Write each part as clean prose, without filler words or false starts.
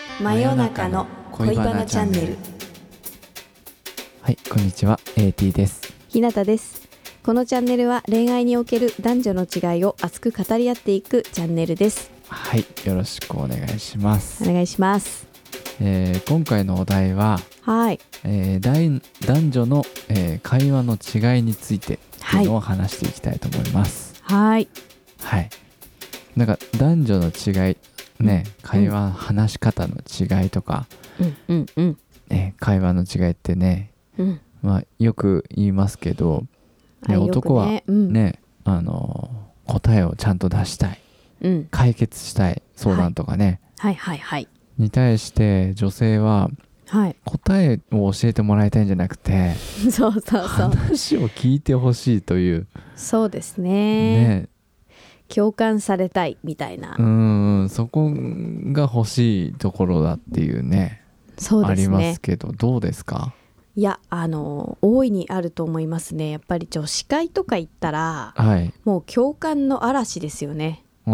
真夜中の恋バナチャンネル。 はい、こんにちは、AT です。 ひなたです。このチャンネルは恋愛における男女の違いを熱く語り合っていくチャンネルです。 はい、よろしくお願いします。 お願いします。 今回のお題は、 はい、 男女の、会話の違いについてっていうのを話していきたいと思います。 はい、 はい。なんか男女の違いね、会話、話し方の違いとか、会話の違いってね、まあ、よく言いますけど、男はね、答えをちゃんと出したい、解決したい相談とかね、に対して女性は答えを教えてもらいたいんじゃなくて、話を聞いてほしいという。 そうですね。共感されたいみたいな。 そこが欲しいところだっていうね。そうですね。ありますけど、どうですか？ いや、大いにあると思いますね。やっぱり女子会とか行ったら、もう共感の嵐ですよね。わ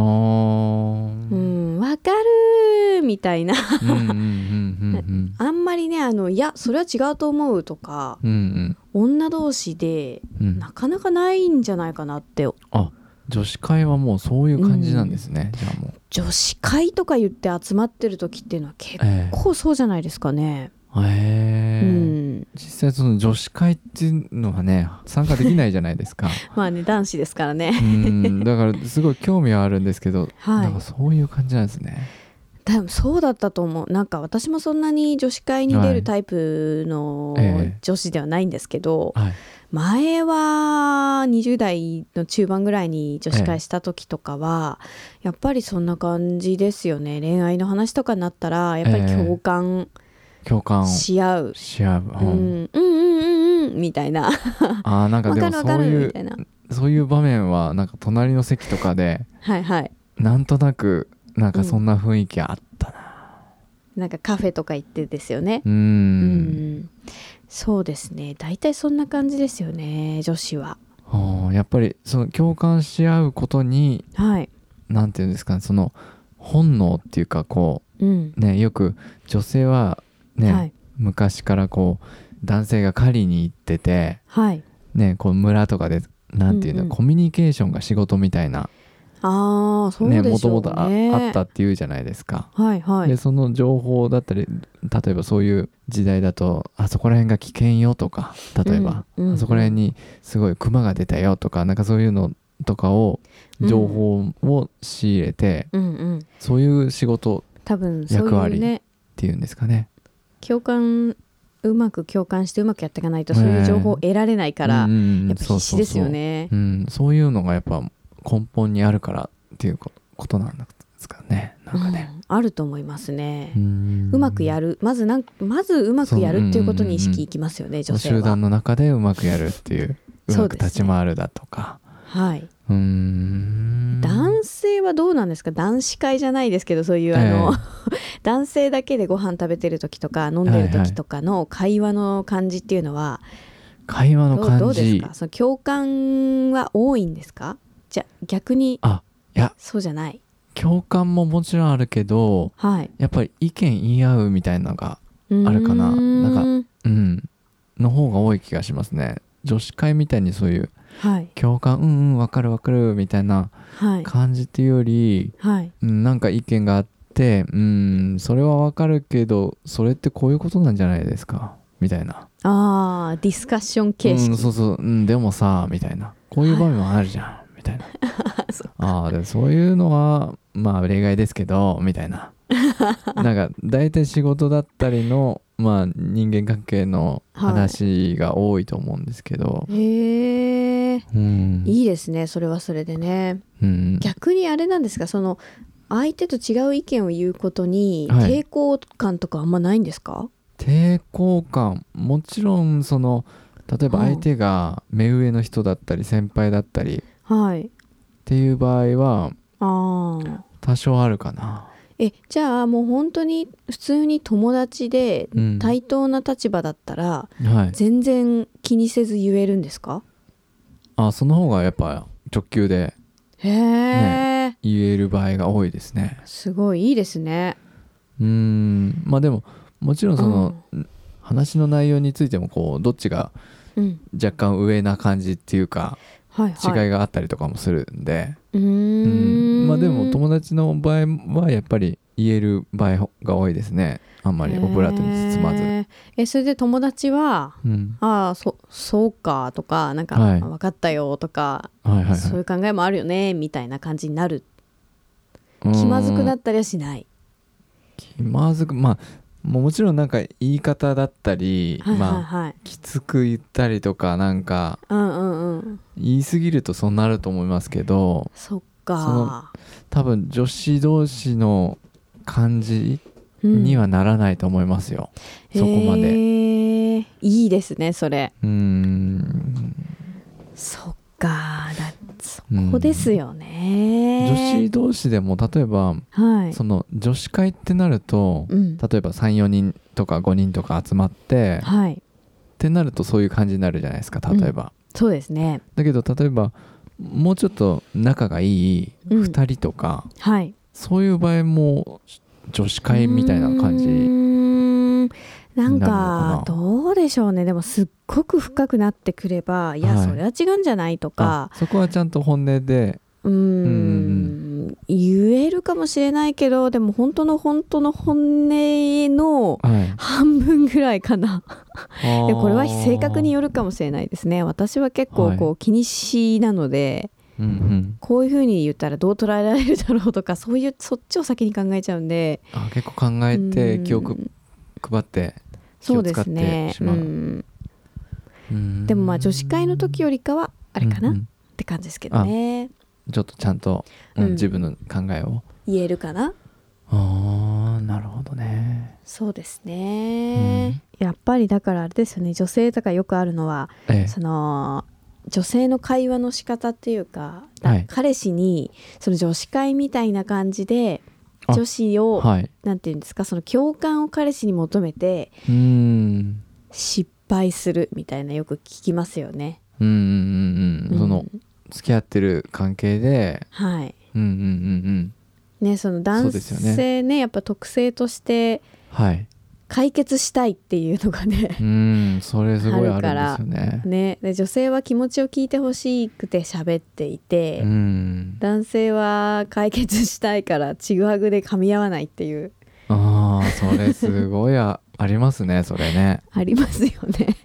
かるみたいなあんまりね、いやそれは違うと思うとか、女同士でなかなかないんじゃないかなって。 女子会はもうそういう感じなんですね。じゃあもう女子会とか言って集まってる時っていうのは結構そうじゃないですかね。 実際その女子会っていうのはね、参加できないじゃないですか。 まあね、男子ですからね。 だからすごい興味はあるんですけど、なんかそういう感じなんですね。 多分そうだったと思う。なんか私もそんなに女子会に出るタイプの女子ではないんですけど、前は20代の中盤ぐらいに女子会した時とかは、やっぱりそんな感じですよね。恋愛の話とかになったらやっぱり共感し合う、みたいな。 なんかでもそういう場面はなんか隣の席とかで、なんとなくなんかそんな雰囲気あったな。 なんかカフェとか行ってですよね。そうですね。大体そんな感じですよね、女子は。 やっぱりその共感し合うことに、なんていうんですかね、その本能っていうかこう、ね、よく女性はね、昔からこう男性が狩りに行ってて、ね、こう村とかでなんていうの、コミュニケーションが仕事みたいな。 そうでしょうね。 もともとあったっていうじゃないですか。でその情報だったり、例えばそういう時代だと、あそこら辺が危険よとか、例えば、あそこら辺にすごいクマが出たよとか、なんかそういうのとかを情報を仕入れて、そういう仕事、 多分そういう、 役割っていうんですかね。 うまく共感してうまくやっていかないと、そういう情報を得られないから、やっぱ必死ですよね。 そういうのがやっぱ根本にあるからっていうことなんですかね。なんかね、 あると思いますね。うまくやる、まずうまくやるっていうことに意識いきますよね、女性は。 集団の中でうまくやるっていう、うまく立ち回るだとか。 男性はどうなんですか？男子会じゃないですけど、そういう男性だけでご飯食べてる時とか飲んでる時とかの会話の感じっていうのは、どうですか？その共感は多いんですか？じゃ逆にそうじゃない。 共感ももちろんあるけど、やっぱり意見言い合うみたいなのがあるかな。なんかの方が多い気がしますね。女子会みたいにそういう共感、わかるわかるみたいな感じっていうより、なんか意見があって、それはわかるけど、それってこういうことなんじゃないですかみたいな。 ディスカッション形式。 でもさみたいな、こういう場面もあるじゃんみたいな。でそういうのはまあ例外ですけどみたいな。なんか大体仕事だったりの、まあ、人間関係の話が多いと思うんですけど、いいですね、それはそれでね。逆にあれなんですか、その相手と違う意見を言うことに抵抗感とかあんまないんですか？ 抵抗感、もちろんその例えば相手が目上の人だったり先輩だったりっていう場合は多少あるかな。 じゃあもう本当に普通に友達で対等な立場だったら、全然気にせず言えるんですか？ その方がやっぱ直球で、言える場合が多いですね。 すごいいいですね。 まあでももちろんその、話の内容についてもこうどっちが若干上な感じっていうか、違いがあったりとかもするんで、まあでも友達の場合はやっぱり言える場合が多いですね。あんまりオブラートに包まず。 それで友達は、ああそうかとか、なんか、分かったよとか、そういう考えもあるよねみたいな感じになる。気まずくなったりはしない。 気まずく、まあもちろんなんか言い方だったり、きつく言ったりとかなんか、言い過ぎるとそうなると思いますけど、 そっか、 多分女子同士の感じにはならないと思いますよ、そこまで。 いいですねそれ。そっか、そこですよね。 女子同士でも例えば、その女子会ってなると、例えば 3,4 人とか5人とか集まって、ってなるとそういう感じになるじゃないですか、例えば。 そうですね。 だけど例えばもうちょっと仲がいい2人とか、そういう場合も女子会みたいな感じなんかどうでしょうね。でもすっごく深くなってくれば、いや、それは違うんじゃないとか、 そこはちゃんと本音で言えるかもしれないけど、でも本当の本音の半分ぐらいかな。でこれは性格によるかもしれないですね。私は結構こう気にしなので、こういう風に言ったらどう捉えられるだろうとか、そっちを先に考えちゃうんで、 結構考えて気を配って気を使ってしまう。 でもまあ女子会の時よりかはあれかなって感じですけどね。 ちょっとちゃんと、自分の考えを言えるかな。 なるほどね。 そうですね、やっぱりだからあれですよね、女性とかよくあるのは、その女性の会話の仕方っていうか、彼氏にその女子会みたいな感じで女子を、なんていうんですか、その共感を彼氏に求めて失敗するみたいな、よく聞きますよね。 その付き合ってる関係で、 ね、その男性ね、やっぱ特性として解決したいっていうのがね、 それすごいあるんですよね。 で女性は気持ちを聞いてほしくて喋っていて、男性は解決したいからちぐはぐで噛み合わないっていう。 それすごいありますね、それね。 ありますよね。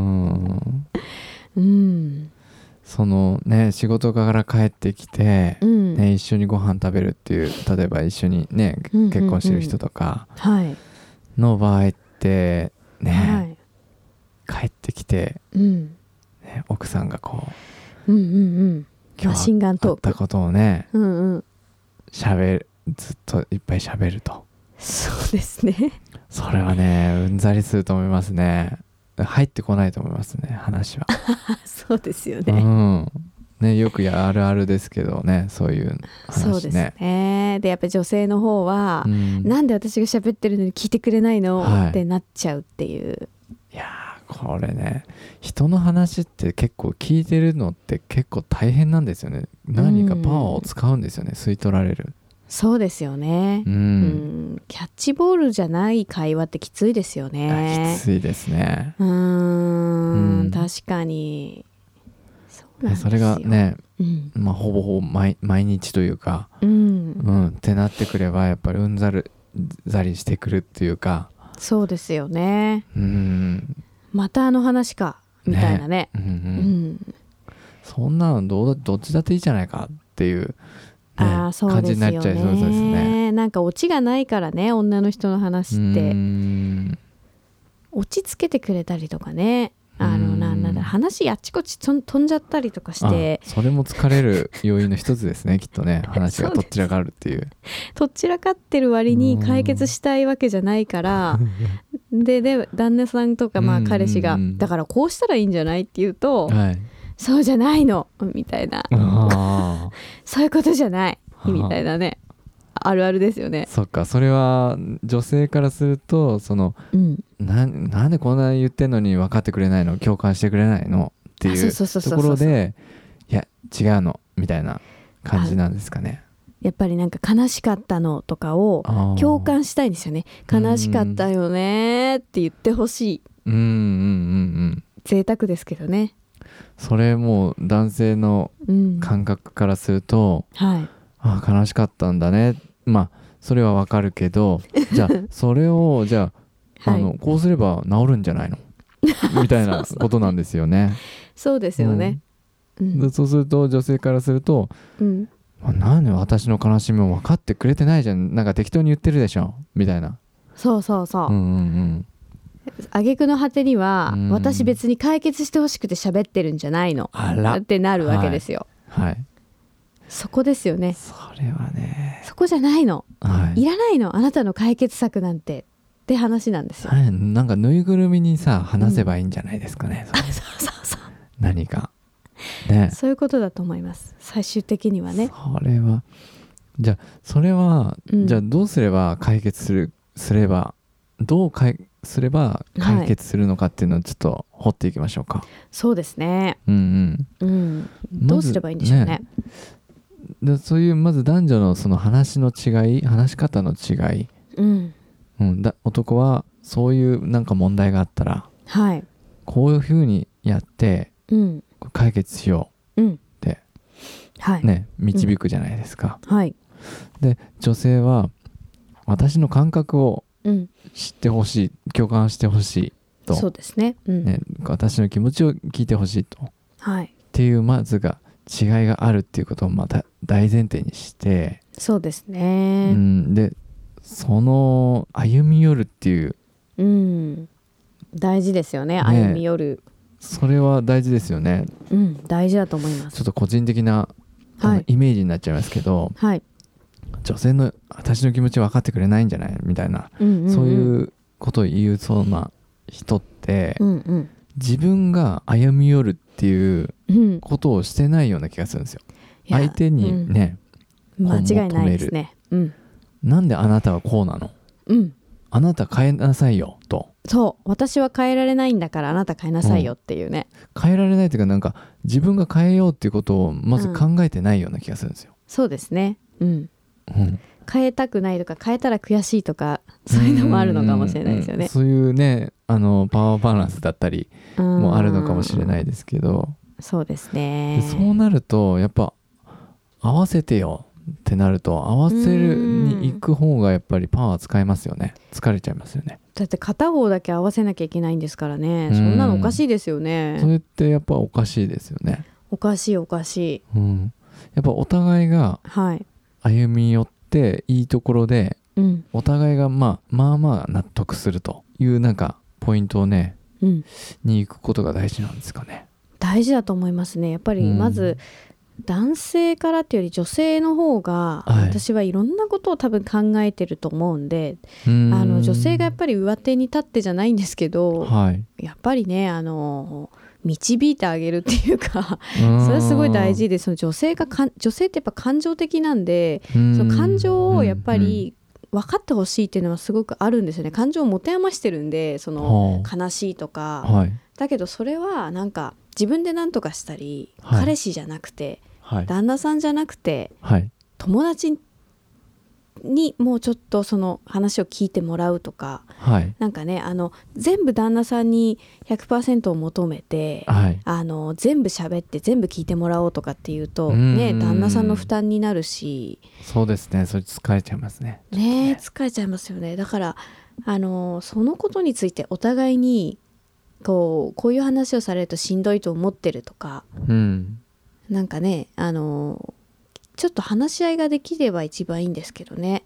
そのね、仕事から帰ってきて、一緒にご飯食べるっていう、例えば一緒にね、結婚してる人とかの場合ってね、帰ってきて、奥さんがこう、今日あったことをね、ずっといっぱい喋ると。 そうですね。 それはね、うんざりすると思いますね。入ってこないと思いますね、話は。 そうですよね。 よくあるあるですけどね、そういう話ね。そうですね。でやっぱり女性の方は、なんで私が喋ってるのに聞いてくれないの、ってなっちゃうっていう。 いやこれね、人の話って結構聞いてるのって結構大変なんですよね。何かパワーを使うんですよね、吸い取られる。 そうですよね。キャッチボールじゃない会話ってきついですよね。 きついですね。 確かに。 それがね、ほぼほぼ毎日というか、ってなってくればやっぱりうんざりしてくるっていうか。 そうですよね。またあの話かみたいなね。 そんなのどっちだっていいじゃないかっていう感じになっちゃいそうですね。なんかオチがないからね、女の人の話って落ち着けてくれたりとかね、なんだ話あっちこっち飛んじゃったりとかして、 それも疲れる要因の一つですね、きっとね。話がとっちらかるっていうとっちらかってる割に解決したいわけじゃないからで旦那さんとか彼氏がだからこうしたらいいんじゃないって言うと、そうじゃないのみたいなそういうことじゃないみたいなね、あるあるですよね。 そっか、それは女性からするとなんでこんな言ってんのに分かってくれないの、共感してくれないのっていうところで、いや違うのみたいな感じなんですかね。 やっぱりなんか悲しかったのとかを共感したいんですよね。悲しかったよねって言ってほしい。贅沢ですけどね。 それもう男性の感覚からすると、悲しかったんだね、まあそれはわかるけど、じゃあそれをじゃあ、こうすれば治るんじゃないのみたいなことなんですよね。 そうですよね、 そうすると女性からすると、なんで私の悲しみを分かってくれてないじゃん、なんか適当に言ってるでしょみたいな。 そう挙句の果てには、私別に解決してほしくて喋ってるんじゃないのってなるわけですよ。そこですよね。 それはね、 そこじゃないの、いらないのあなたの解決策なんてって話なんですよ。 なんかぬいぐるみにさ話せばいいんじゃないですかね、 そう何かね、 そういうことだと思います、最終的にはね。 それはじゃあそれは、じゃあどうすれば解決すれば解決するのかっていうのをちょっと掘っていきましょうか。 そうですね。どうすればいいんでしょうね。 でそういうまず男女のその話し方の違い、男はそういうなんか問題があったら、こういうふうにやって、解決しようって、導くじゃないですか。で女性は私の感覚を知ってほしい、共感してほしいと。そうですね、私の気持ちを聞いてほしいと、っていうまずが違いがあるっていうことをまた大前提にして、 そうですね、 でその歩み寄るっていう、 大事ですよね、歩み寄る。 それは大事ですよね。 大事だと思います。 ちょっと個人的な、イメージになっちゃいますけど、女性の私の気持ち分かってくれないんじゃないみたいな、そういうことを言うそうな人って、自分が歩み寄るっていうことをしてないような気がするんですよ。相手にね、 間違いないですね。 なんであなたはこうなの、あなた変えなさいよと。 そう私は変えられないんだからあなた変えなさいよっていうね、 変えられないというか、なんか自分が変えようっていうことをまず考えてないような気がするんですよ。 そうですね、変えたくないとか変えたら悔しいとか、そういうのもあるのかもしれないですよね。 そういうね、パワーバランスだったりもあるのかもしれないですけど、 そうですね。 そうなるとやっぱ合わせてよってなると、合わせるに行く方がやっぱりパワー使えますよね。疲れちゃいますよね。 だって片方だけ合わせなきゃいけないんですからね。そんなのおかしいですよね。 それってやっぱおかしいですよね。 おかしいおかしい、 やっぱお互いが歩み寄っていいところで、お互いがまあ納得するというなんかポイントをね、に行くことが大事なんですかね。 大事だと思いますね。やっぱりまず、男性からっていうより女性の方が、私はいろんなことを多分考えてると思うんで、女性がやっぱり上手に立ってじゃないんですけど、やっぱりね導いてあげるっていうかそれはすごい大事で、その女性ってやっぱ感情的なんで、その感情をやっぱり分かってほしいっていうのはすごくあるんですよね。感情を持て余してるんで、その悲しいとか、だけどそれはなんか自分で何とかしたり、彼氏じゃなくて、旦那さんじゃなくて、友達にもうちょっとその話を聞いてもらうとか、なんかね全部旦那さんに 100% を求めて、全部喋って全部聞いてもらおうとかっていうとね、旦那さんの負担になるし。 そうですね、それ疲れちゃいますね。 疲れちゃいますよね。だからそのことについてお互いにこういう話をされるとしんどいと思ってるとか、なんかねちょっと話し合いができれば一番いいんですけどね。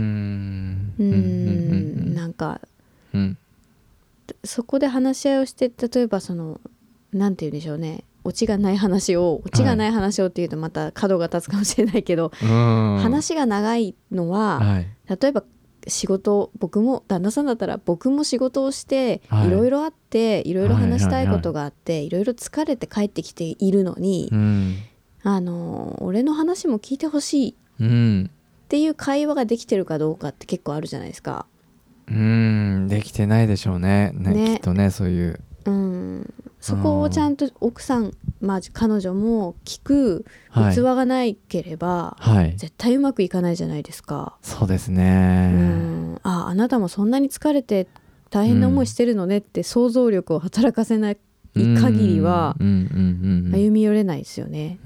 なんか、そこで話し合いをして、例えばなんて言うんでしょうね、オチがない話をっていうとまた角が立つかもしれないけど、話が長いのは、例えば仕事、僕も旦那さんだったら僕も仕事をしていろいろあって、いろいろ話したいことがあって、いろいろ疲れて帰ってきているのに、俺の話も聞いてほしいっていう会話ができてるかどうかって結構あるじゃないですか。 できてないでしょうね。きっとね、そういう。 そこをちゃんと奥さん、彼女も聞く器がないければ、絶対うまくいかないじゃないですか。 そうですね。 あなたもそんなに疲れて大変な思いしてるのねって想像力を働かせない限りは歩み寄れないですよね。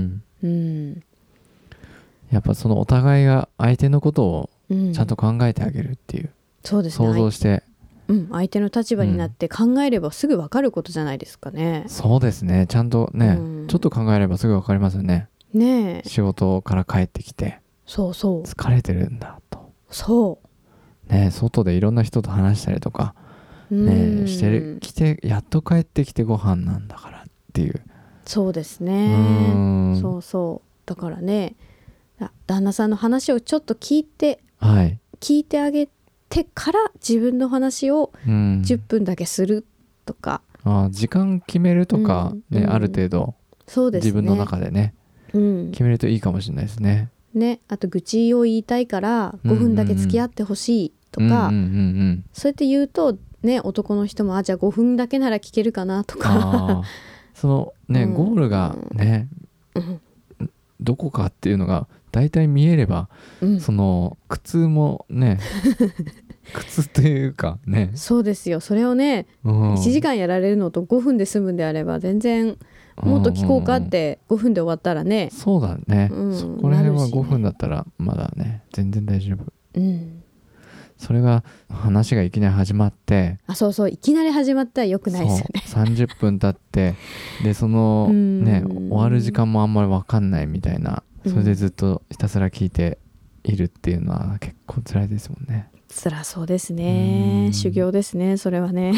やっぱそのお互いが相手のことをちゃんと考えてあげるっていう、 そうですね、 想像して、 相手の立場になって考えればすぐ分かることじゃないですかね。 そうですね、ちゃんとね、ちょっと考えればすぐ分かりますよね。仕事から帰ってきて疲れてるんだと、外でいろんな人と話したりとかしてやっと帰ってきてご飯なんだからっていう。 そうですね。だからね、旦那さんの話をちょっと聞いてあげてから自分の話を10分だけするとか、 時間決めるとかね、ある程度自分の中でね、決めるといいかもしれないですね。 あと愚痴を言いたいから5分だけ付き合ってほしいとか、そうやって言うとね、男の人もじゃあ5分だけなら聞けるかなとかそのね、ゴールがね、どこかっていうのが大体見えれば、その苦痛もね苦痛というかね、 そうですよ。それをね、1時間やられるのと5分で済むんであれば全然もっと聞こうかって5分で終わったらね、 そうだね、そこら辺は5分だったらまだね全然大丈夫。それが話がいきなり始まって、 いきなり始まったらよくないですよね。 30分経ってでそのね終わる時間もあんまり分かんないみたいな、それでずっとひたすら聞いているっていうのは結構辛いですもんね。 辛そうですね。修行ですね、それはね。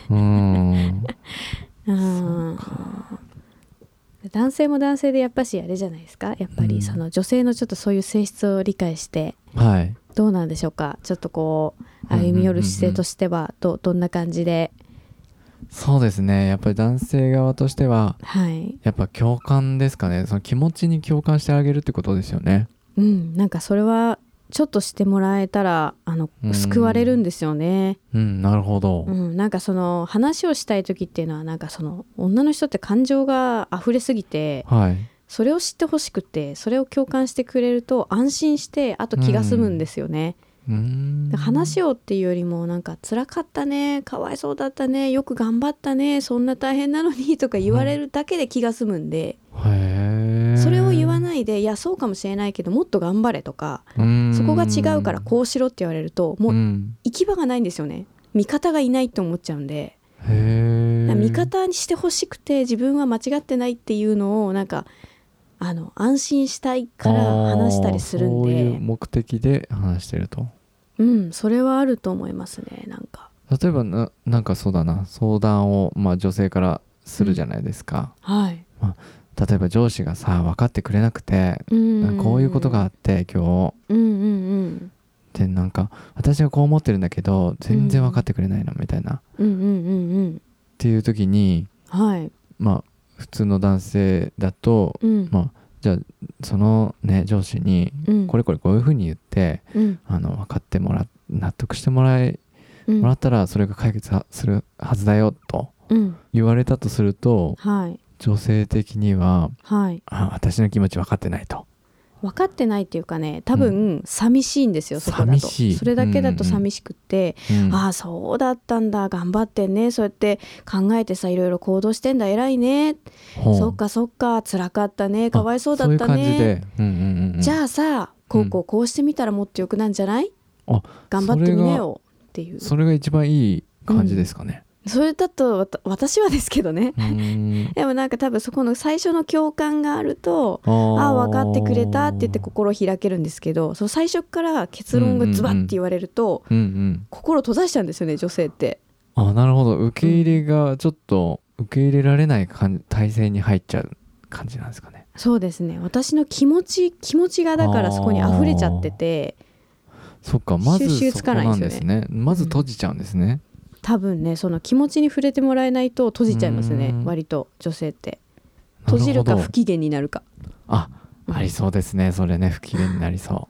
男性も男性でやっぱしあれじゃないですか、やっぱりその女性のちょっとそういう性質を理解して、どうなんでしょうか。ちょっとこう歩み寄る姿勢としてはどんな感じで。 そうですね、やっぱり男性側としては、やっぱ共感ですかね。その気持ちに共感してあげるってことですよね。なんかそれはちょっとしてもらえたら救われるんですよね。 なるほど。 なんかその話をしたい時っていうのはなんかその女の人って感情が溢れすぎて、それを知ってほしくてそれを共感してくれると安心してあと気が済むんですよね。話をっていうよりもなんか辛かったね、かわいそうだったね、よく頑張ったね、そんな大変なのにとか言われるだけで気が済むんで、それを言わないで、いやそうかもしれないけどもっと頑張れとか、そこが違うからこうしろって言われるともう行き場がないんですよね。味方がいないって思っちゃうんで、味方にしてほしくて自分は間違ってないっていうのをなんか安心したいから話したりするんで、そういう目的で話してると。 それはあると思いますね。なんか例えばなんかそうだな、相談を女性からするじゃないですか。例えば上司がさ分かってくれなくて、こういうことがあって今日、でなんか私はこう思ってるんだけど全然分かってくれないのみたいな、っていう時に、普通の男性だと、じゃあそのね上司にこれこういうふうに言って、分かってもら納得してもらったらそれが解決するはずだよと言われたとすると、女性的には、私の気持ち分かってないと。 分かってないっていうかね、多分寂しいんですよ、そこだと。それだけだと寂しくって、そうだったんだ、頑張ってね、そうやって考えてさいろいろ行動してんだ、偉いね、そっか辛かったね、かわいそうだったね、じゃあさこうしてみたらもっと良くなんじゃない、頑張ってみなよっていう。 それが一番いい感じですかね。 それだと私はですけどねでもなんか多分そこの最初の共感があると分かってくれたって言って心を開けるんですけど、その最初から結論がズバッて言われると、心閉ざしちゃうんですよね、女性って。 なるほど、受け入れがちょっと受け入れられない体制に入っちゃう感じなんですかね。 そうですね、私の気持ちがだからそこに溢れちゃってて、 そっか、まずそこなんですね。まず閉じちゃうんですね。 多分ね、その気持ちに触れてもらえないと閉じちゃいますね、割と女性って。閉じるか不機嫌になるか。 ありそうですね、それね、不機嫌になりそう。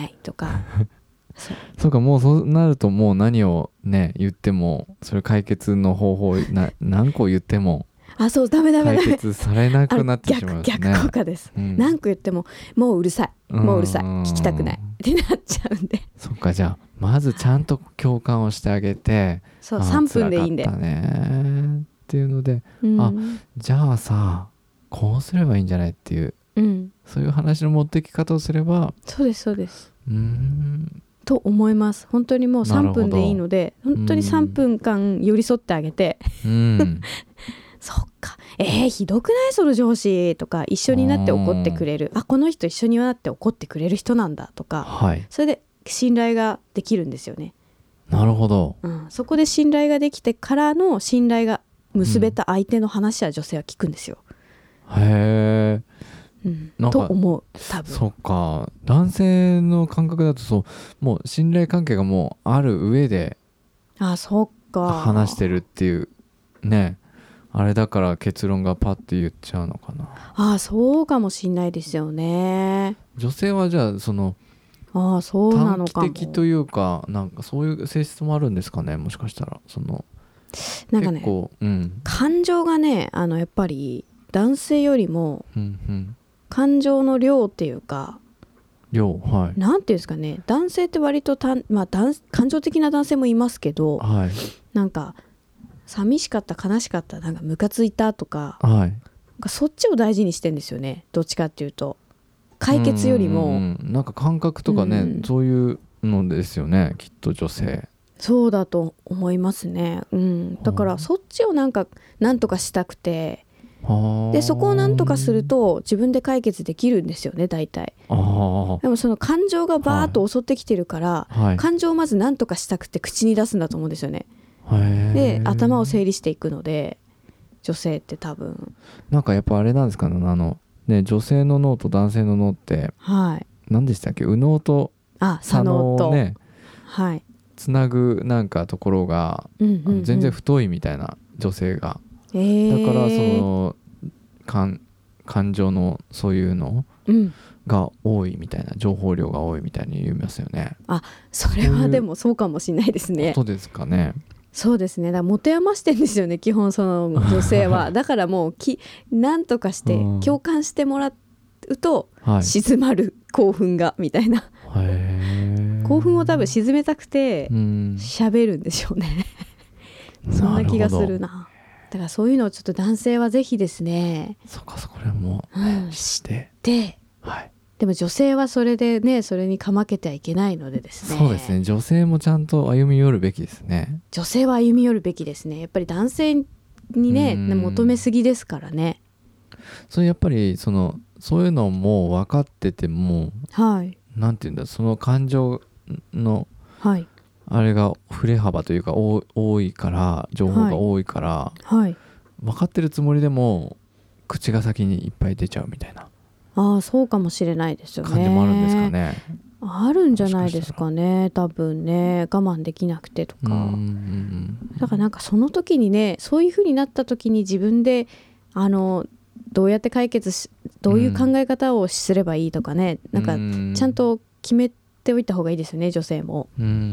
分かってくれないとかそうか、もうそうなるともう何をね言ってもそれ解決の方法何個言ってもそうダメ解決されなくなってしまうんですね。 逆効果です、何個言ってももううるさい聞きたくないってなっちゃうんで。 そっか、じゃあまずちゃんと共感をしてあげて、 そう3分でいいんで辛かったねっていうので、じゃあさこうすればいいんじゃないっていう、そういう話の持ってき方をすれば。 そうですそうです。と思います。本当にもう3分でいいので、本当に3分間寄り添ってあげてそっか、ひどくないその上司とか、一緒になって怒ってくれる、この人一緒になって怒ってくれる人なんだとか、それで信頼ができるんですよね。 なるほど、 そこで信頼ができてからの信頼が結べた相手の話は女性は聞くんですよ。 へえ、 と思う。多分そっか、男性の感覚だとそう、もう信頼関係がもうある上でそっか話してるっていうね、あれだから結論がパッて言っちゃうのかな。 そうかもしんないですよね。 女性はじゃあそのそうなのかも。 短期的というか、なんかそういう性質もあるんですかね、もしかしたら。そのなんかね、 結構、 感情がね、やっぱり男性よりも感情の量っていうか、なんていうんですかね、男性って割と感情的な男性もいますけど、なんか寂しかった、悲しかった、なんかムカついたとか、なんかそっちを大事にしてんですよね、どっちかっていうと。解決よりも、 なんか感覚とかね、そういうのですよね、きっと女性。 そうだと思いますね。だからそっちをなんとかしたくて、でそこをなんとかすると自分で解決できるんですよね、大体。でもその感情がバーッと襲ってきてるから、感情をまずなんとかしたくて口に出すんだと思うんですよね。で頭を整理していくので、女性って多分なんかやっぱあれなんですかね、女性の脳と男性の脳って、何でしたっけ、右脳と左脳をね、つなぐなんかところが全然太いみたいな、女性が。だからその感情のそういうのが多いみたいな、情報量が多いみたいに言いますよね。 それはでもそうかもしれないですね。 ことですかね。 そうですね。だから持て余してんですよね、基本その女性は。だからもうなんとかして共感してもらうと、静まる興奮がみたいな。興奮を多分静めたくて喋るんでしょうねそんな気がするな。だからそういうのをちょっと男性はぜひですね。 それも知って、 でも女性はそれでね、それにかまけてはいけないのでですね。 そうですね、女性もちゃんと歩み寄るべきですね。 女性は歩み寄るべきですね。やっぱり男性にね求めすぎですからね。 それやっぱりそういうのも分かってても、なんていうんだ、その感情のあれが振れ幅というか多いから、情報が多いから、分かってるつもりでも口が先にいっぱい出ちゃうみたいな。 そうかもしれないですよね。 感じもあるんですかね。 あるんじゃないですかね、多分ね。我慢できなくてとか。だからなんかその時にね、そういう風になった時に自分でどうやって解決どういう考え方をすればいいとかね、なんかちゃんと決めておいた方がいいですよね、女性も。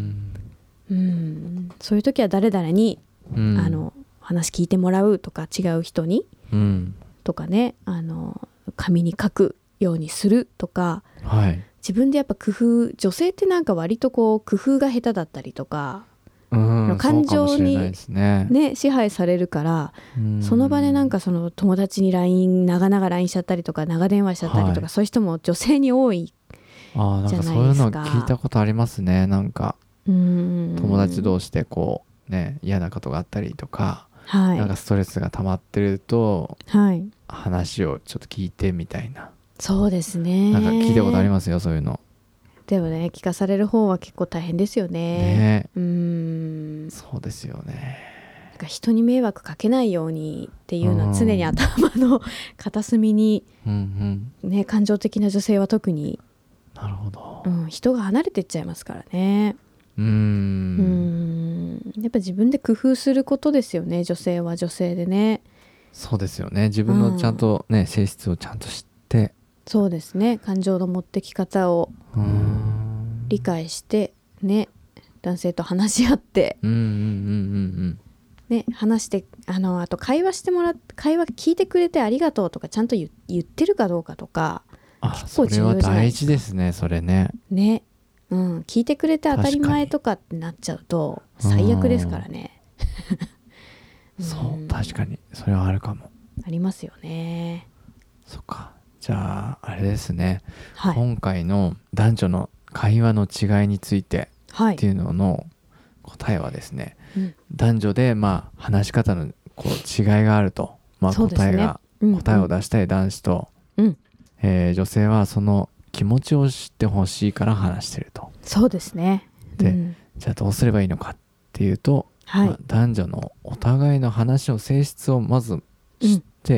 そういう時は誰々に話聞いてもらうとか、違う人にとかね、紙に書くようにするとか、自分でやっぱ工夫、女性ってなんか割とこう工夫が下手だったりとか、感情にね支配されるから、その場でなんかその友達に長々 LINE しちゃったりとか、長電話しちゃったりとか、そういう人も女性に多いじゃないですか。 そういうの聞いたことありますね。なんか友達同士でこうね、嫌なことがあったりとか、なんかストレスが溜まってると、話をちょっと聞いてみたいな。そうですね、なんか聞いたことありますよ、そういうの。 でもね、聞かされる方は結構大変ですよね。 そうですよね。 なんか人に迷惑かけないようにっていうのは常に頭の片隅に、感情的な女性は特に。 なるほど。 人が離れてっちゃいますからね。やっぱ自分で工夫することですよね、女性は女性でね。 そうですよね、自分のちゃんとね、性質をちゃんと知って。 そうですね、感情の持ってき方を理解してね、 男性と話し合って、ね、話してあと会話してもらって、会話聞いてくれてありがとうとかちゃんと言ってるかどうかとか、結構重要じゃないですか。 それは大事ですね、それね。 ね、聞いてくれて当たり前とかってなっちゃうと最悪ですからね。 そう確かにそれはあるかも。 ありますよね。 そっか。じゃああれですね、はい、今回の男女の会話の違いについてっていうのの答えはですね、男女で話し方の違いがあると、答えを出したい男子と、女性はその気持ちを知ってほしいから話してると。 そうですね。 で、じゃあどうすればいいのかっていうと、男女のお互いの話の性質をまず知って、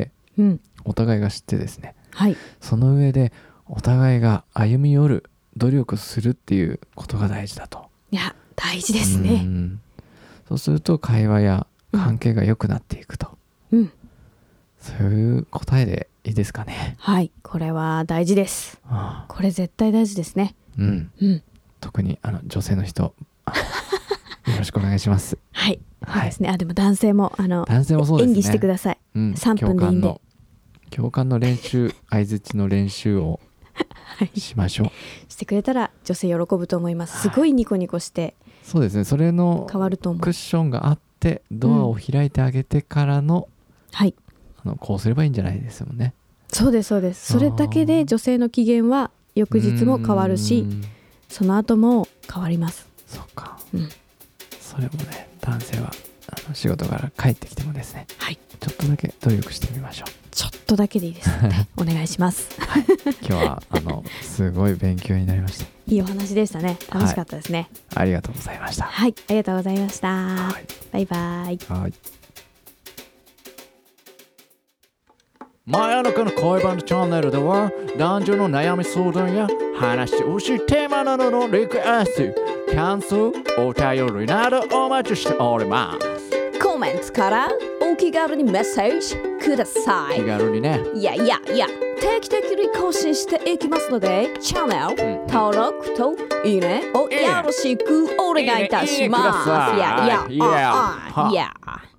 お互いが知ってですね、その上でお互いが歩み寄る努力するっていうことが大事だと。 いや大事ですね。 そうすると会話や関係が良くなっていくと、そういう答えでいいですかね。 はい、これは大事です。これ絶対大事ですね。 特に女性の人よろしくお願いします。 はい、そうですね。でも男性も男性もそうですね、 演技してください。3分でいいんで。 共感の練習、相槌の練習をしましょう。 してくれたら女性喜ぶと思います。すごいニコニコして、 そうですね、それのクッションがあってドアを開いてあげてからの、こうすればいいんじゃないですもんね。 そうですそうです。それだけで女性の機嫌は翌日も変わるし、その後も変わります。 そっか、それもね、男性は仕事から帰ってきてもですね、ちょっとだけ努力してみましょう。 ちょっとだけでいいですのでお願いします。 今日はすごい勉強になりました。 いいお話でしたね。楽しかったですね。 ありがとうございました。 はい、ありがとうございました。バイバイ。 マヤノカの恋バナチャンネルでは男女の悩み相談や話してほしいテーマなどのリクエスト、感想、お便りなどお待ちしております。 コメントからお気軽にメッセージください。 気軽にね。 いや定期的に更新していきますので、チャンネル登録といいねをよろしくお願いいたします。いや